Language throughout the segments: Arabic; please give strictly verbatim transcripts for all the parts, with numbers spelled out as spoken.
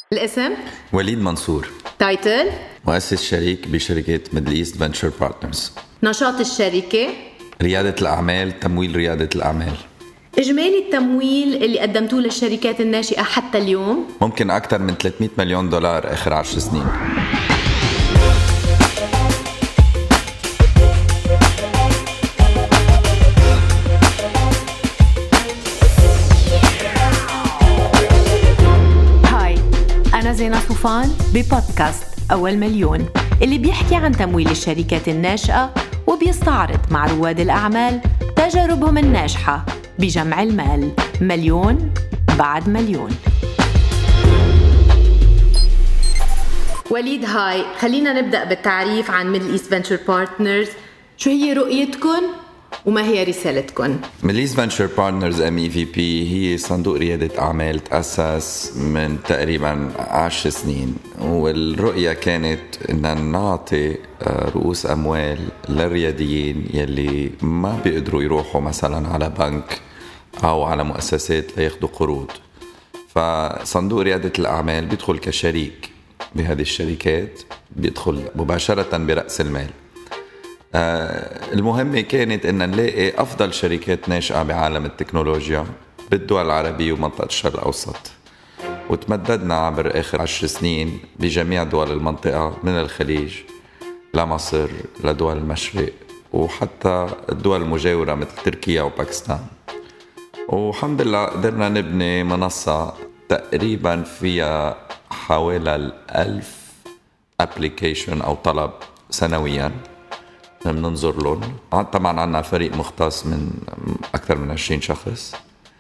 الاسم وليد منصور. تايتل مؤسس شريك بشركة ميدل إيست فنتشر بارتنرز. نشاط الشركة ريادة الأعمال، تمويل ريادة الأعمال. إجمالي التمويل اللي قدمتوه للشركات الناشئة حتى اليوم ممكن أكثر من ثلاثمية مليون دولار آخر عشر سنين. هاي أنا زينة صوفان ببودكاست أول مليون اللي بيحكي عن تمويل الشركات الناشئة وبيستعرض مع رواد الأعمال تجاربهم الناجحة بجمع المال مليون بعد مليون. وليد هاي، خلينا نبدأ بالتعريف عن ميدل إيست فنتشر بارتنرز. شو هي رؤيتكم وما هي رسالتكم؟ ميدل إيست فنتشر بارتنرز إم إي في بي هي صندوق ريادة أعمال تأسس من تقريبا عشر سنين، والرؤية كانت إن نعطي رؤوس أموال للرياديين يلي ما بيقدروا يروحوا مثلا على بنك أو على مؤسسات لياخدوا قروض. فصندوق ريادة الأعمال بيدخل كشريك بهذه الشركات، بيدخل مباشرة برأس المال. آه المهمة كانت إن نلاقي أفضل شركات ناشئة بعالم التكنولوجيا بالدول العربية ومنطقة الشرق الأوسط، وتمددنا عبر آخر عشر سنين بجميع دول المنطقة من الخليج لمصر لدول المشرق وحتى الدول المجاورة مثل تركيا وباكستان. والحمد لله قدرنا نبني منصة تقريبا فيها حوالي الألف ابليكيشن أو طلب سنويا بننظر لهم. طبعا عنا فريق مختص من أكثر من عشرين شخص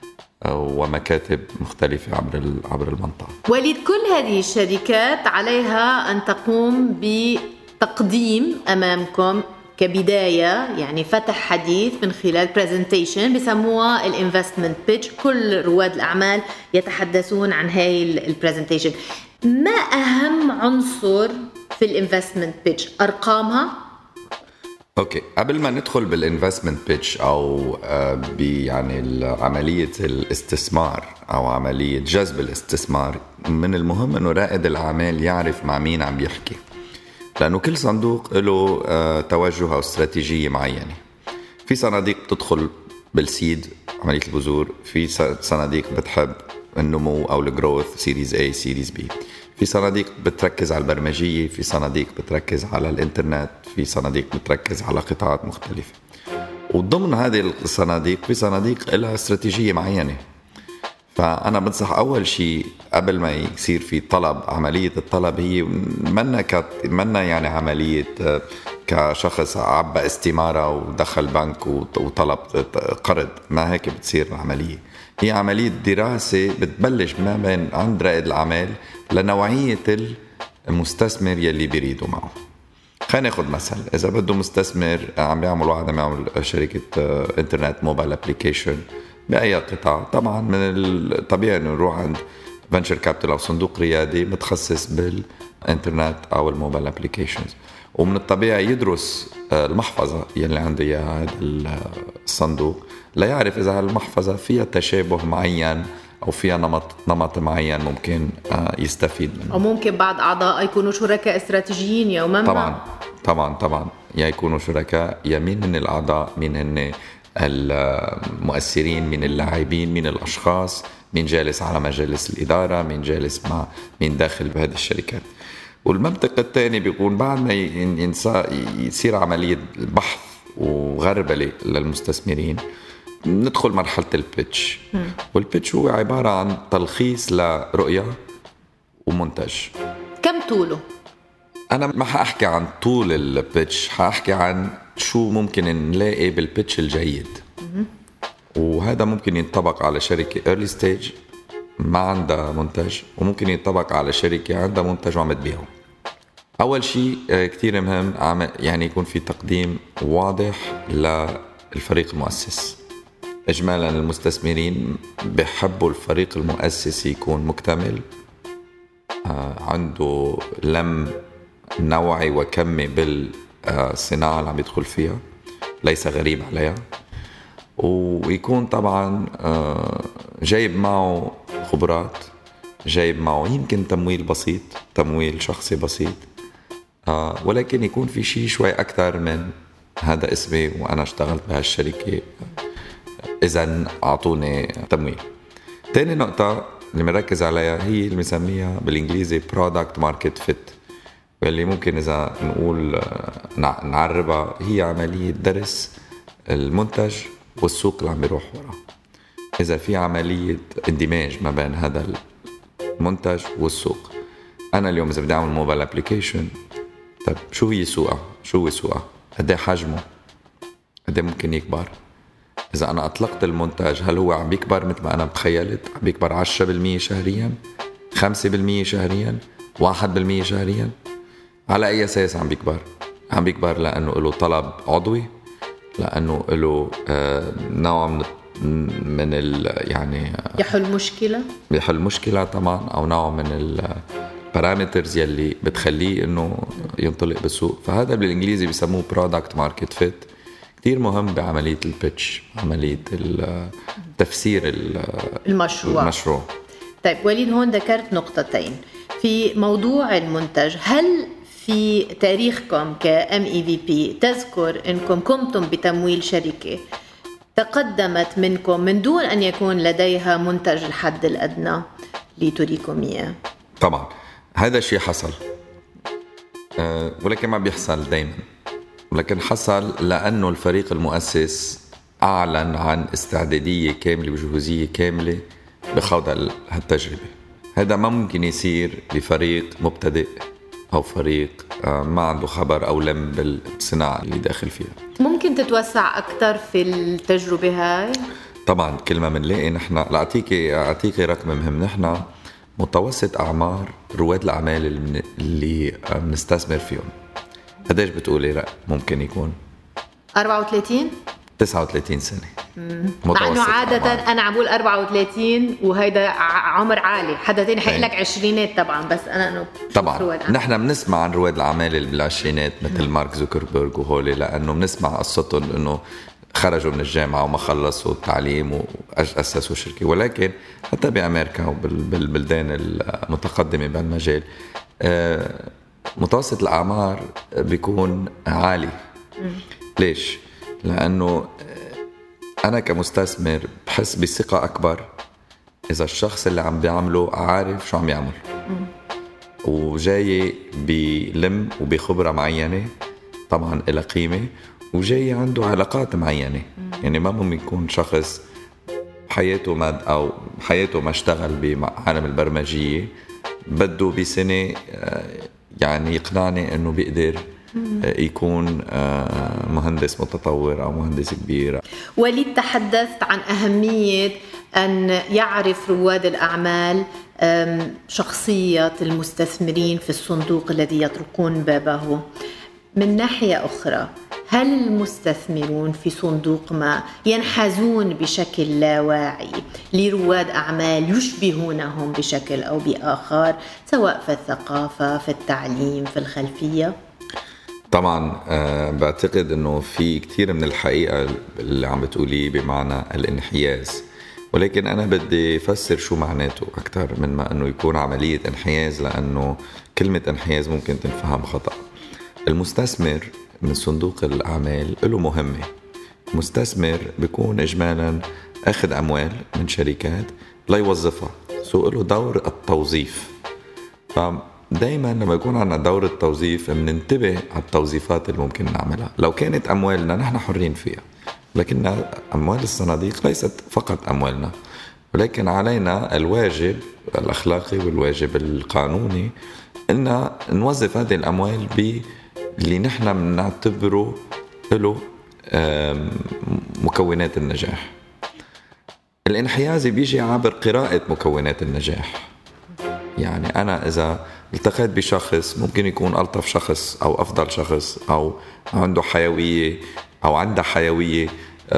ومكاتب مختلفة عبر عبر المنطقة. وليد، كل هذه الشركات عليها أن تقوم بتقديم أمامكم كبداية، يعني فتح حديث من خلال بريزنتيشن بسموها الانفستمنت بيتش. كل رواد الأعمال يتحدثون عن هاي البريزنتيشن. ما أهم عنصر في الانفستمنت بيتش؟ أرقامها؟ اوكي، قبل ما ندخل بالانفستمنت بيتش او يعني عمليه الاستثمار او عمليه جذب الاستثمار، من المهم انه رائد الاعمال يعرف مع مين عم يحكي، لانه كل صندوق له توجه او استراتيجيه معينه. في صناديق بتدخل بالسيد عمليه البذور، في صناديق بتحب النمو او الجروث سيريز اي سيريز بي، في صناديق بتركز على البرمجية، في صناديق بتركز على الانترنت، في صناديق بتركز على قطاعات مختلفة. وضمن هذه الصناديق في صناديق لها استراتيجية معينة. فأنا بنصح أول شيء قبل ما يصير في طلب، عملية الطلب هي منا ك منا يعني عملية كشخص عبى استمارة ودخل بنك وطلب قرض، ما هيك بتصير العملية. هي عملية دراسة بتبلش ما بين عند رائد الأعمال لنوعية المستثمر يلي بيريدوا معه. خلينا ناخد مثل، إذا بده مستثمر عم بيعمل واحد عم يعمل شركة انترنت موبايل ابليكيشن بأي قطاع، طبعا من الطبيعي إنه نروح عند فنتشر كابيتال أو صندوق ريادي متخصص بالانترنت أو الموبايل ابليكيشنز. ومن الطبيعي يدرس المحفظة يلي عنده إياها هذا الصندوق ليعرف إذا المحفظة فيها تشابه معين أو فيها نمط نمط معين ممكن يستفيد منه. أو ممكن بعض أعضاء يكونوا شركاء استراتيجيين يوما ما. طبعا طبعا طبعا يا يكونوا شركاء، يا مين هن الأعضاء، مين هن المؤثرين، من اللاعبين، من الأشخاص، مين جالس على مجالس الإدارة، مين جالس مع مين داخل بهذه الشركات. والمنطقة الثاني بيكون بعد ما يصير عملية بحث وغربلة للمستثمرين ندخل مرحلة البيتش. والبيتش هو عبارة عن تلخيص لرؤية ومنتج. كم طوله؟ أنا ما حأحكي عن طول البيتش، حأحكي عن شو ممكن نلاقي بالبيتش الجيد. وهذا ممكن ينطبق على شركة early stage ما عندها منتج، وممكن ينطبق على شركة عندها منتج وعم تبيعه. أول شيء كتير مهم يعني يكون في تقديم واضح للفريق المؤسس. إجمالا المستثمرين بيحبوا الفريق المؤسس يكون مكتمل، عنده لم نوعي وكمي بالصناعة اللي عم يدخل فيها، ليس غريب عليها، ويكون طبعا جايب معه خبرات جايب معه يمكن تمويل بسيط، تمويل شخصي بسيط، آه ولكن يكون في شيء شوي أكثر من هذا اسمي وأنا اشتغلت بهالشركة إذن أعطوني تمويل. تاني نقطة اللي مركز عليها هي اللي مسميها بالإنجليزي product market fit، واللي ممكن إذا نقول نعربها هي عملية درس المنتج والسوق اللي عم بيروح وراه. إذا في عملية اندماج ما بين هذا المنتج والسوق. أنا اليوم إذا بدي أعمل موبايل أبليكيشن، طب شو هي سوقها؟ شو هو سوقها؟ قد حجمه؟ قد ممكن يكبر؟ إذا أنا أطلقت المنتج هل هو عم بيكبر مثل ما أنا بتخيلت؟ عم بيكبر عشرة بالمية شهريا؟ خمسة بالمية شهريا؟ واحد بالمية شهريا؟ على أي أساس عم بيكبر؟ عم بيكبر لأنه له طلب عضوي، لأنه له آه نوع من من ال يعني يحل مشكلة يحل مشكلة طبعا، أو نوع من البارامترز يلي بتخليه إنه ينطلق بالسوق. فهذا بالإنجليزي بيسموه product market fit، كتير مهم بعملية البيتش، عملية تفسير المشروع. المشروع. طيب وليد، هون ذكرت نقطتين في موضوع المنتج. هل في تاريخكم ك إم إي في بي تذكر إنكم قمتم بتمويل شركة تقدمت منكم من دون أن يكون لديها منتج الحد الأدنى لتريكم إياه؟ طبعا هذا الشيء حصل، أه ولكن ما بيحصل دايما، ولكن حصل لأنه الفريق المؤسس أعلن عن استعدادية كاملة وجهوزية كاملة بخوض هالتجربة. هذا ما ممكن يصير بفريق مبتدئ أو فريق ما عنده خبر أو لم بالصناعة اللي داخل فيها. ممكن تتوسع أكتر في التجربة هاي؟ طبعا كل ما منلاقي نحن، لأعطيكي أعطيكي رقم مهم، نحن متوسط أعمار رواد الأعمال اللي, اللي بنستثمر فيهم قديش بتقولي رأي ممكن يكون؟ أربعة وثلاثين تسعة وثلاثين سنة. مع أنه عادة أعمار. أنا عبول أربعة وثلاثين وهيدا عمر عالي، حدا تاني حيقول لك عشرينات طبعا، بس أنا أنه طبعا نحن بنسمع عن رواد الأعمال اللي بالعشرينات مثل مارك زوكربيرغ وهولي، لأنه بنسمع قصتهم أنه خرجوا من الجامعة وما خلصوا التعليم وأسسوا شركة. ولكن حتى بأمريكا وبالبلدان المتقدمة بالمجال متوسط الأعمار بيكون عالي. ليش؟ لأنه أنا كمستثمر بحس بثقة أكبر إذا الشخص اللي عم بيعمله عارف شو عم يعمل وجاي بلم وبخبرة معينة طبعا إلى قيمة، وجاي عنده علاقات معينة. يعني ما ممكن يكون شخص حياته ما أو حياته ما اشتغل بعالم البرمجية بده بسنة يعني يقنعني أنه بيقدر يكون مهندس متطور أو مهندس كبير. وليد، تحدثت عن أهمية أن يعرف رواد الأعمال شخصية المستثمرين في الصندوق الذي يطرقون بابه. من ناحية أخرى، هل المستثمرون في صندوق ما ينحازون بشكل لا واعي لرواد أعمال يشبهونهم بشكل أو بآخر، سواء في الثقافة، في التعليم، في الخلفية؟ طبعا أه بعتقد أنه في كتير من الحقيقة اللي عم بتقوليه بمعنى الانحياز، ولكن أنا بدي أفسر شو معناته أكتر من ما أنه يكون عملية انحياز، لأنه كلمة انحياز ممكن تنفهم خطأ. المستثمر من صندوق الأعمال له مهمة. المستثمر بيكون إجمالا أخذ أموال من شركات لا يوظفها، سو له دور التوظيف. فدايما لما يكون عنا دور التوظيف بننتبه على التوظيفات اللي ممكن نعملها. لو كانت أموالنا نحن حرين فيها، لكن أموال الصناديق ليست فقط أموالنا، ولكن علينا الواجب الأخلاقي والواجب القانوني إن نوظف هذه الأموال ب اللي نحن بنعتبره له مكونات النجاح. الانحياز بيجي عبر قراءة مكونات النجاح. يعني أنا إذا التقيت بشخص ممكن يكون ألطف شخص أو أفضل شخص أو عنده حيوية أو عنده حيوية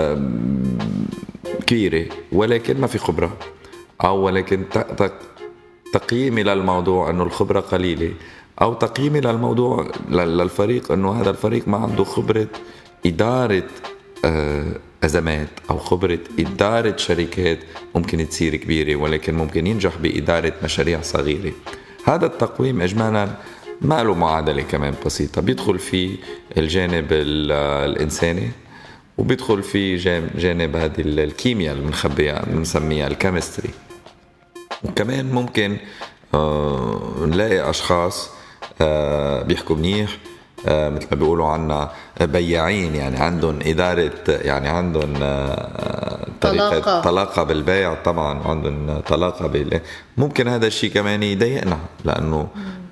كبيرة، ولكن ما في خبرة، أو ولكن تقييمي للموضوع أنه الخبرة قليلة، أو تقييمي للموضوع للفريق أنه هذا الفريق ما عنده خبرة إدارة أزمات أو خبرة إدارة شركات ممكن تصير كبيرة، ولكن ممكن ينجح بإدارة مشاريع صغيرة. هذا التقويم إجمالا ما له معادلة كمان بسيطة، بيدخل فيه الجانب الإنساني وبيدخل فيه جانب هذه الكيمياء المنخبية بنسميها الكيمستري. وكمان ممكن نلاقي أشخاص بيحكوا منيح، مثل ما بيقولوا عنا بياعين، يعني عندهم إدارة، يعني عندهم طريقة طلاقة بالبيع طبعا، وعندهم طلاقة بال ممكن هذا الشيء كمان يضايقنا، لأنه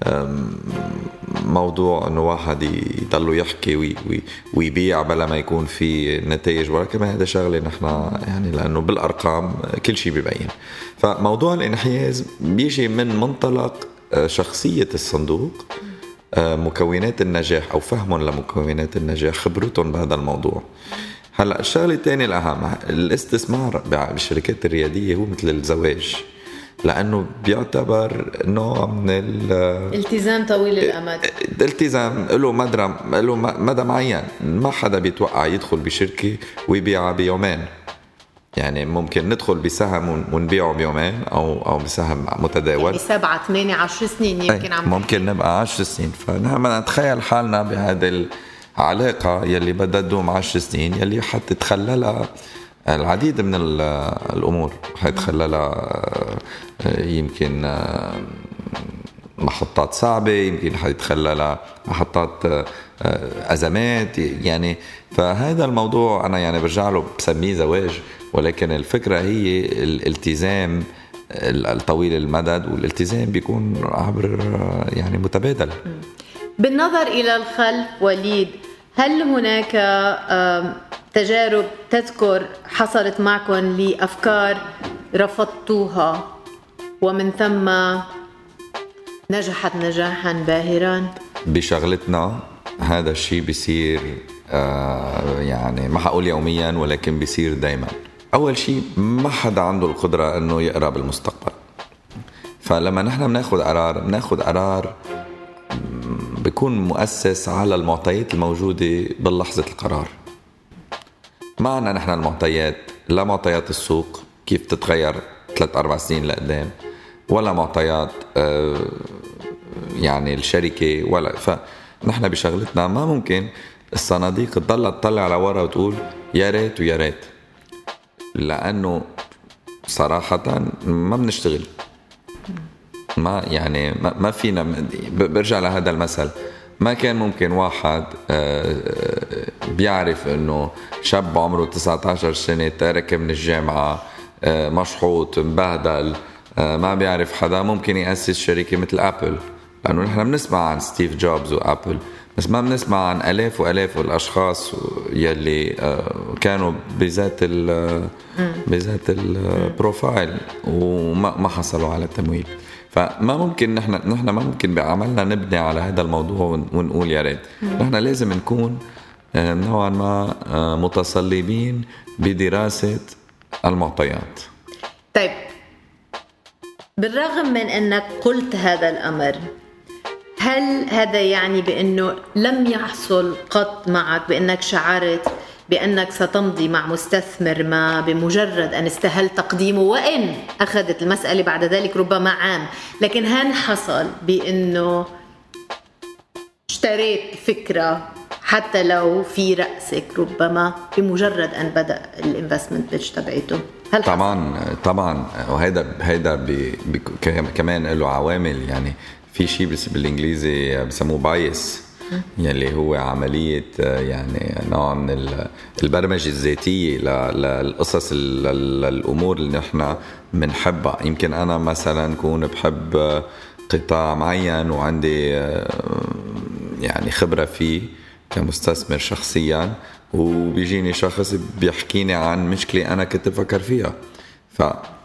موضوع أنه واحد يضلوا يحكي ويبيع بلا ما يكون في نتائج، ولكن هذا شغلة نحن يعني لأنه بالأرقام كل شيء بيبين. فموضوع الانحياز بيجي من منطلق شخصية الصندوق، مكونات النجاح أو فهمهم لمكونات النجاح، خبرتهم بهذا الموضوع. هلأ الشغلة الثانية الأهم، الاستثمار بالشركات الريادية هو مثل الزواج، لأنه بيعتبر نوع من الالتزام طويل الأمد. الالتزام له مدى له مدى معين، ما حدا بيتوقع يدخل بشركة ويبيعها بيومين. يعني ممكن ندخل بسهم ونبيعه بيومين أو أو بسهم متداول، يعني سبعة ثمانية عشر سنين يمكن عم ممكن نبقى عشر سنين. فنحن نتخيل حالنا بهذه العلاقة يلي بدها تدوم عشر سنين، يلي حتتخللها العديد من الأمور، حيتخللها يمكن محطات صعبة، يمكن حيتخللها محطات أزمات يعني. فهذا الموضوع أنا يعني برجع له بسميه زواج، ولكن الفكرة هي الالتزام الطويل المدى، والالتزام بيكون عبر يعني متبادل. بالنظر إلى الخلف وليد، هل هناك تجارب تذكر حصلت معكم لأفكار رفضتوها ومن ثم نجحت نجاحا باهرا؟ بشغلتنا هذا الشيء بيصير آه يعني ما حقول يوميا، ولكن بيصير دايما. أول شيء ما حدا عنده القدرة أنه يقرأ بالمستقبل، فلما نحن بناخد قرار بناخد قرار بيكون مؤسس على المعطيات الموجودة باللحظة القرار. معنا نحن المعطيات، لا معطيات السوق كيف تتغير ثلاث أربع سنين لقدام، ولا معطيات آه يعني الشركة، ولا فنحن بشغلتنا ما ممكن الصناديق تضل تطلع على ورا وتقول يا ريت ويا ريت، لأنه صراحة ما بنشتغل، ما يعني ما فينا. برجع لهذا المثل، ما كان ممكن واحد بيعرف انه شاب عمره تسعة عشر سنة تارك من الجامعة مشحوط مبهدل ما بيعرف حدا ممكن يأسس شركة مثل أبل، لأنه نحن بنسمع عن ستيف جوبز وأبل، بس ما بنسمع عن آلاف وآلاف الأشخاص يلي كانوا بذات ال بذات البروفايل وما ما حصلوا على التمويل. فما ممكن نحن نحن ما ممكن بعملنا نبني على هذا الموضوع ونقول يا ريت. نحن لازم نكون نوعا ما متصلبين بدراسة المعطيات. طيب، بالرغم من أنك قلت هذا الأمر، هل هذا يعني بأنه لم يحصل قط معك بأنك شعرت بأنك ستمضي مع مستثمر ما بمجرد أن استهل تقديمه، وإن أخذت المسألة بعد ذلك ربما عام، لكن هل حصل بأنه اشتريت فكرة حتى لو في رأسك ربما بمجرد أن بدأ الانفستمنت بيتش تبعته؟ هل طبعا حصل؟ طبعا وهذا هذا بي بي كمان له عوامل. يعني في شيء بالإنجليزي بسموه بايس، يلي هو عملية يعني نوع من البرمجة الذاتية للقصص الأمور اللي نحن بنحبها. يمكن أنا مثلا كون بحب قطاع معين وعندي يعني خبرة فيه كمستثمر شخصيا، وبيجيني شخص بيحكيني عن مشكلة أنا كنت بفكر فيها، ف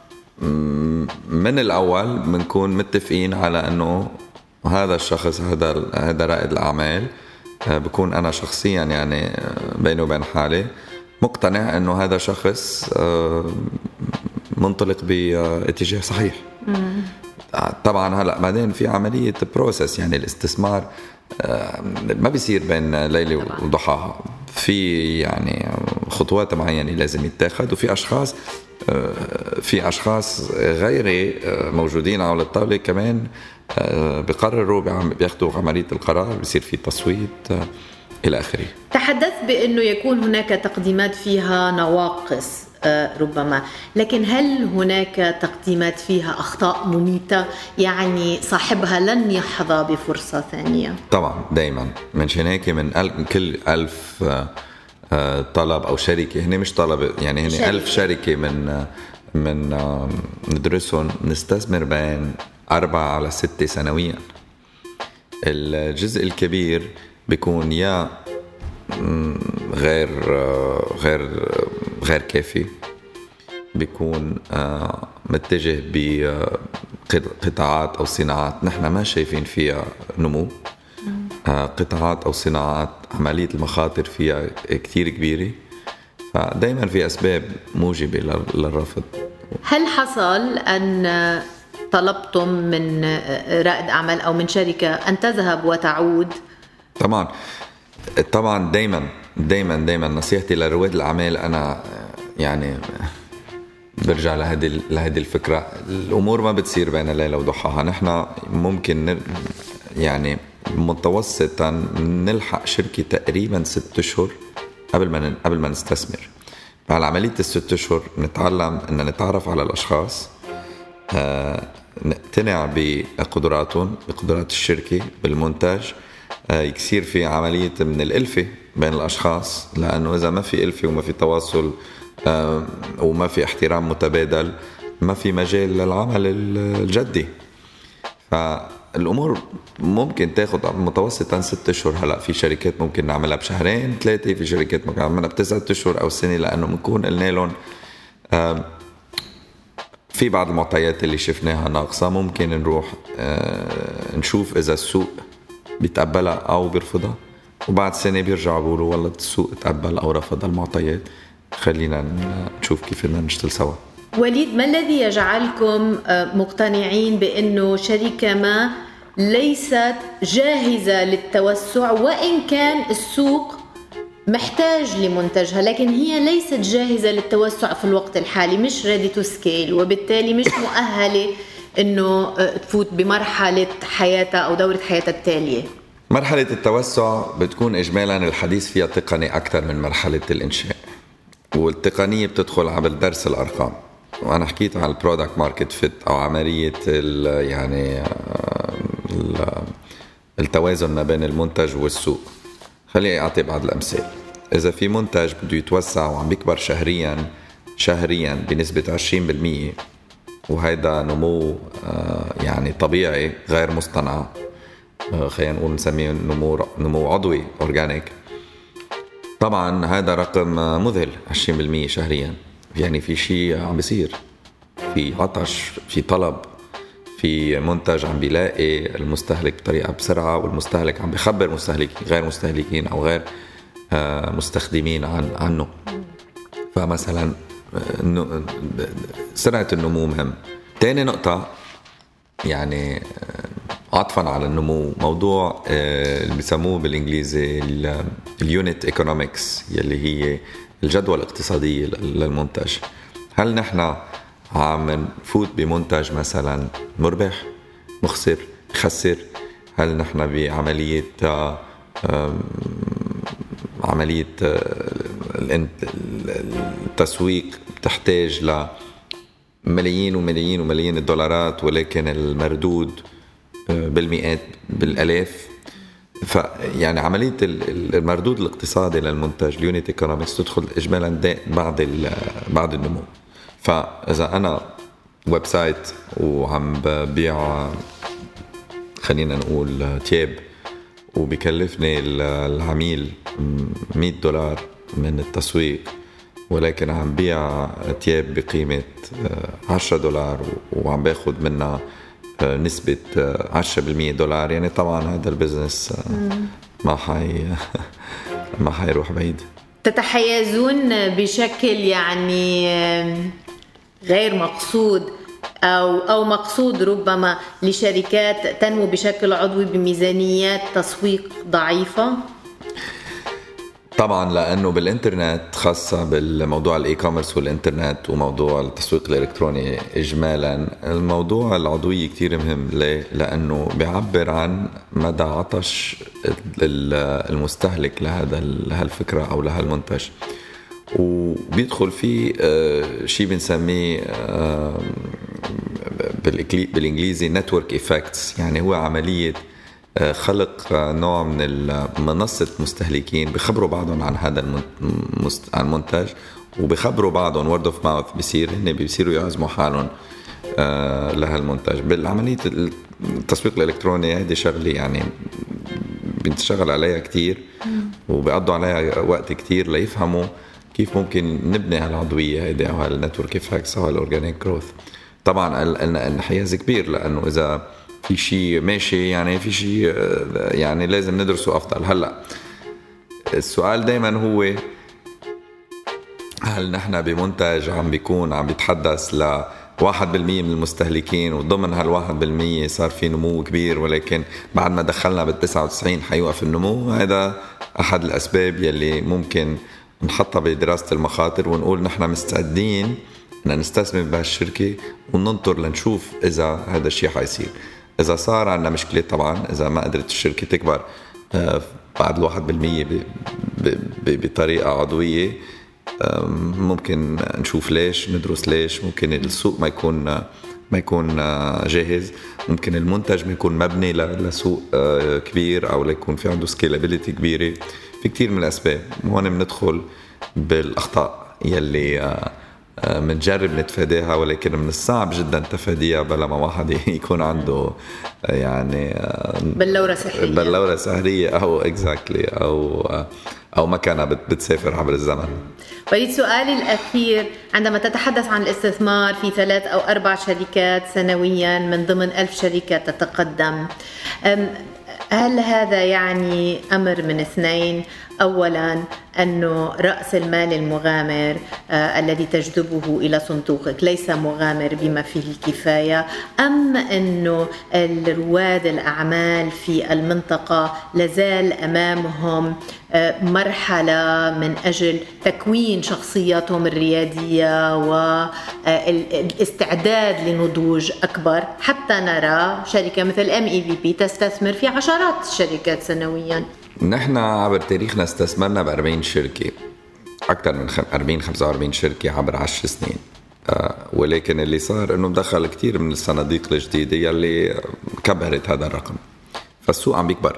من الأول بنكون متفقين على أنه هذا الشخص هذا هذا رائد الأعمال، بكون أنا شخصيا يعني بيني وبين حالي مقتنع أنه هذا شخص منطلق باتجاه صحيح. طبعا هلأ بعدين في عملية بروسس، يعني الاستثمار ما بيصير بين ليلة وضحاها، في يعني خطوات معينة لازم يتاخد، وفي أشخاص في أشخاص غير موجودين على الطاولة كمان بقرروا بياخدوا عملية القرار، بيصير في تصويت إلى آخره. تحدثت بأنه يكون هناك تقديمات فيها نواقص ربما، لكن هل هناك تقديمات فيها أخطاء مميتة يعني صاحبها لن يحظى بفرصة ثانية؟ طبعا دايما، من هيك من كل ألف طلب أو شركة، هنا مش طلب يعني، هنا ألف شركة من من ندرسهم، نستثمر بين أربعة على ستة سنويا. الجزء الكبير بيكون يا غير غير غير كافي، بيكون متجه بقطاعات أو صناعات نحن ما شايفين فيها نمو، قطاعات أو صناعات عملية المخاطر فيها كتير كبيرة، فدايما في أسباب موجبة للرفض. هل حصل أن طلبتم من رائد أعمال أو من شركة أن تذهب وتعود؟ طبعا طبعا دايما دايما دايما نصيحتي لرواد الأعمال، أنا يعني برجع لهذه لهذه الفكرة، الأمور ما بتصير بين ليلة وضحاها. نحن ممكن يعني متوسطا نلحق شركة تقريبا ست أشهر قبل ما قبل ما نستثمر. على عملية الست أشهر نتعلم أن نتعرف على الأشخاص، نقتنع بقدراتهم، بقدرات الشركة، بالمنتج، يكسير في عملية من الألفة بين الأشخاص، لأنه إذا ما في ألفة وما في تواصل وما في احترام متبادل ما في مجال للعمل الجدي. فالأمور ممكن تاخد متوسطا ست أشهر. هلأ في شركات ممكن نعملها بشهرين ثلاثة، في شركات ممكن نعملها بتسعة أشهر أو سنة، لأنه بنكون قلنا لهم في بعض المعطيات اللي شفناها ناقصة، ممكن نروح نشوف إذا السوق بيتقبلها أو بيرفضها، وبعد سنة بيرجعوا بيقولوا والله السوق تقبل أو رفض المعطيات، خلينا نشوف كيف بدنا نشتغل سوا. وليد، ما الذي يجعلكم مقتنعين بأنه شركة ما ليست جاهزة للتوسع، وإن كان السوق محتاج لمنتجها، لكن هي ليست جاهزة للتوسع في الوقت الحالي، مش ready to scale، وبالتالي مش مؤهلة إنه تفوت بمرحلة حياتها أو دورة حياتها التالية؟ مرحلة التوسع بتكون إجمالا الحديث فيها تقني أكثر من مرحلة الإنشاء، والتقنية بتدخل عبر درس الأرقام. وأنا حكيت عن البرودكت ماركت فيت أو عملية يعني التوازن ما بين المنتج والسوق. خليني أعطي بعض الأمثال. إذا في منتج بده يتوسع وعم بيكبر شهريا شهريا بنسبة عشرين بالمية، وهذا نمو يعني طبيعي غير مصطنع، خلينا نقول نسميه نمو نمو عضوي أورجانيك، طبعا هذا رقم مذهل. عشرين بالمية شهريا يعني في شيء عم بيصير، في عطش، في طلب، في منتج عم بيلاقي المستهلك بطريقة بسرعة، والمستهلك عم بيخبر مستهلكين غير مستهلكين أو غير مستخدمين عن عنه. فمثلا سرعة النمو مهم. تاني نقطة يعني عطفا على النمو، موضوع اللي بيسموه بالإنجليزي اليونت ايكونومكس، يلي هي الجدوى الاقتصادية للمنتج. هل نحن عم نفوت بمنتج مثلا مربح، مخسر، خسر؟ هل نحن بعملية عملية التسويق تحتاج لملايين وملايين وملايين الدولارات، ولكن المردود بالمئات بالألاف؟ فيعني عملية المردود الاقتصادي للمنتج اليونت ايكونومكس تدخل إجمالا بعد بعد النمو. فإذا أنا ويب سايت وعم ببيع خلينا نقول تياب، وبيكلفني العميل مية دولار من التسويق، ولكن عم بيع تياب بقيمة عشرة دولار وعم باخد منها نسبة عشرة بالمية دولار، يعني طبعا هذا البزنس ما حي ما حيروح بعيد. تتحيزون بشكل يعني غير مقصود أو أو مقصود ربما لشركات تنمو بشكل عضوي بميزانيات تسويق ضعيفة؟ طبعا لانه بالانترنت، خاصه بالموضوع الاي كوميرس والانترنت وموضوع التسويق الالكتروني اجمالا، الموضوع العضويه كتير مهم. ليه؟ لانه بيعبر عن مدى عطش المستهلك لهذا لهالفكره او لهالمنتج، وبيدخل فيه شيء بنسميه بالانجليزي نتورك ايفكتس. يعني هو عمليه خلق نوع من منصة مستهلكين بيخبروا بعضهم عن هذا المنتج، وبيخبروا بعضهم word of mouth، بيصير هن بيصيروا يعزموا حالهم لهالمنتج. بالعملية التسويق الإلكتروني هذه شغلة يعني بنشتغل عليها كتير وبيقضوا عليها وقت كتير ليفهموا كيف ممكن نبني هالعضوية هذه أو هالنتورك إفكتس أو هالأورجانيك جروث. طبعا الانحياز كبير، لأنه إذا في شيء ماشي يعني في شيء يعني لازم ندرسه أفضل. هلأ السؤال دايما هو هل نحن بمنتج عم بيكون عم بيتحدث ل واحد بالمية من المستهلكين، وضمن هالواحد بالمية صار في نمو كبير، ولكن بعد ما دخلنا بالتسعة وتسعين حيوقف النمو؟ هذا أحد الأسباب يلي ممكن نحطها بدراسة المخاطر ونقول نحن مستعدين أن نستثمر بهالشركة وننطر لنشوف إذا هذا الشيء حيصير. إذا صار عندنا مشكلة طبعا، إذا ما قدرت الشركة تكبر بعد الواحد بالمية بطريقة عضوية، ممكن نشوف ليش، ندرس ليش. ممكن السوق ما يكون ما يكون جاهز، ممكن المنتج ما يكون مبني لسوق كبير أو ليكون في عنده سكيلابيليتي كبيرة. في كتير من الأسباب، وهون بندخل بالأخطاء يلي منجرب نتفاديها، ولكن من الصعب جدا تفاديها بلا ما واحد يكون عنده يعني بلورة سحرية بلورة سحرية أو exactly أو أو مكانة بتسافر عبر الزمن. وليد، سؤالي الأخير، عندما تتحدث عن الاستثمار في ثلاث أو أربع شركات سنويا من ضمن ألف شركة تتقدم، هل هذا يعني أمر من اثنين؟ أولا أنه رأس المال المغامر آه الذي تجذبه إلى صندوقك ليس مغامر بما فيه الكفاية، أم أنه الرواد الأعمال في المنطقة لازال أمامهم آه مرحلة من أجل تكوين شخصياتهم الريادية والاستعداد لنضوج أكبر، حتى نرى شركة مثل إم إي في بي تستثمر في عشرات الشركات سنويا؟ نحن عبر تاريخنا استثمرنا بأربعين شركة، أكثر من أربعين خمسة وأربعين شركة عبر عشر سنين. أه ولكن اللي صار إنه دخل كتير من الصناديق الجديدة يلي كبرت هذا الرقم، فالسوق عم بيكبر.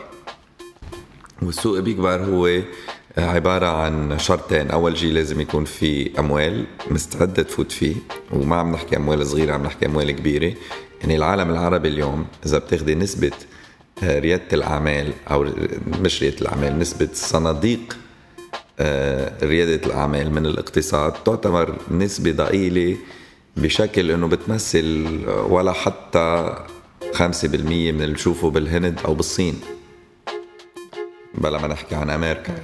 والسوق بيكبر هو عبارة عن شرطين. أول شيء لازم يكون في أموال مستعدة تفوت فيه، وما عم نحكي أموال صغيرة، عم نحكي أموال كبيرة. يعني العالم العربي اليوم إذا بتاخدي نسبة ريادة الأعمال أو مش ريادة الأعمال، نسبة صناديق ريادة الأعمال من الاقتصاد تعتبر نسبة ضئيلة بشكل أنه بتمثل ولا حتى خمسة بالمية من اللي نشوفه بالهند أو بالصين، بلا ما نحكي عن أمريكا.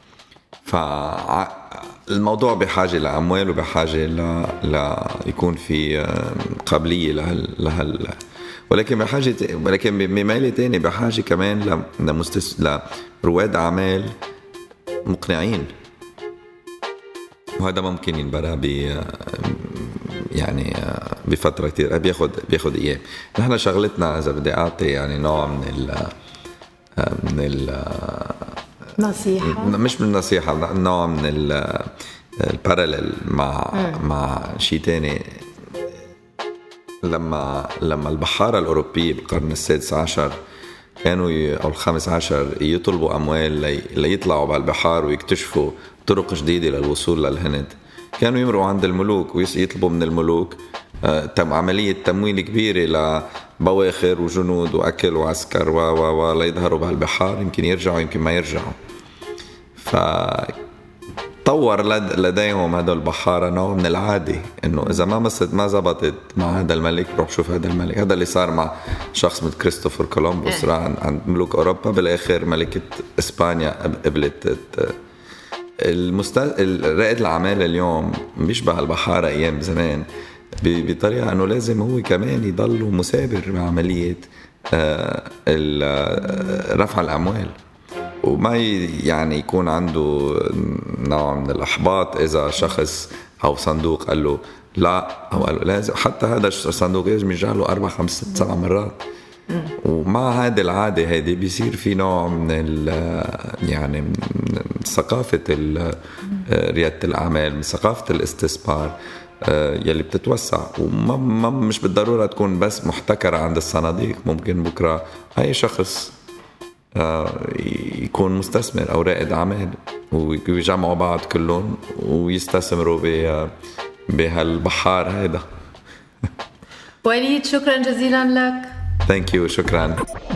فالموضوع بحاجة لأموال وبحاجة ل... ل... يكون في قابلية لهال... لهال... ولكن بحاجة ولكن بميلة تاني بحاجة كمان لمستس... لرواد أعمال مقنعين، وهذا ممكن ينبرى ب يعني بفترة كتير بياخد بياخد أيام. نحن شغلتنا إذا بدي أعطي يعني نوع من ال من ال نصيحة، مش من النصيحة، نوع من الباراليل مع م. مع شيء تاني. لما لما البحارة الأوروبية بالقرن السادس عشر كانوا أو الخامس عشر يطلبوا أموال لي ليطلعوا بالبحار ويكتشفوا طرق جديدة للوصول للهند، كانوا يمروا عند الملوك ويطلبوا من الملوك تم عملية تمويل كبيرة لبواخر وجنود وأكل وعسكر و و و ليظهروا بهالبحار، يمكن يرجعوا يمكن ما يرجعوا. فطور لديهم هذا البحارة نوع من العادة، إنه إذا ما مست ما زبطت مع هذا الملك روح شوف هذا الملك. هذا اللي صار مع شخص مثل كريستوفر كولومبوس، راح عند ملوك أوروبا، بالآخر ملكة إسبانيا قبلت المست... رائد الأعمال اليوم بيشبه البحارة أيام زمان بطريقة أنه لازم هو كمان يضل مسابر بعملية رفع الأموال. وما يعني يكون عنده نوع من الإحباط إذا شخص أو صندوق قال له لا، أو قال له لازم. حتى هذا الصندوق لازم يرجع له أربع خمس ست سبع مرات. ومع هذه العادة هذه بيصير في نوع من يعني من ثقافة ريادة الأعمال، من ثقافة الاستثمار يلي بتتوسع، وما مش بالضرورة تكون بس محتكرة عند الصناديق. ممكن بكرة أي شخص يكون مستثمر أو رائد أعمال ويجمعوا بعض كلهم ويستثمروا بهالبحار هذا. وليد شكرا جزيلا لك. Thank you. شكرا.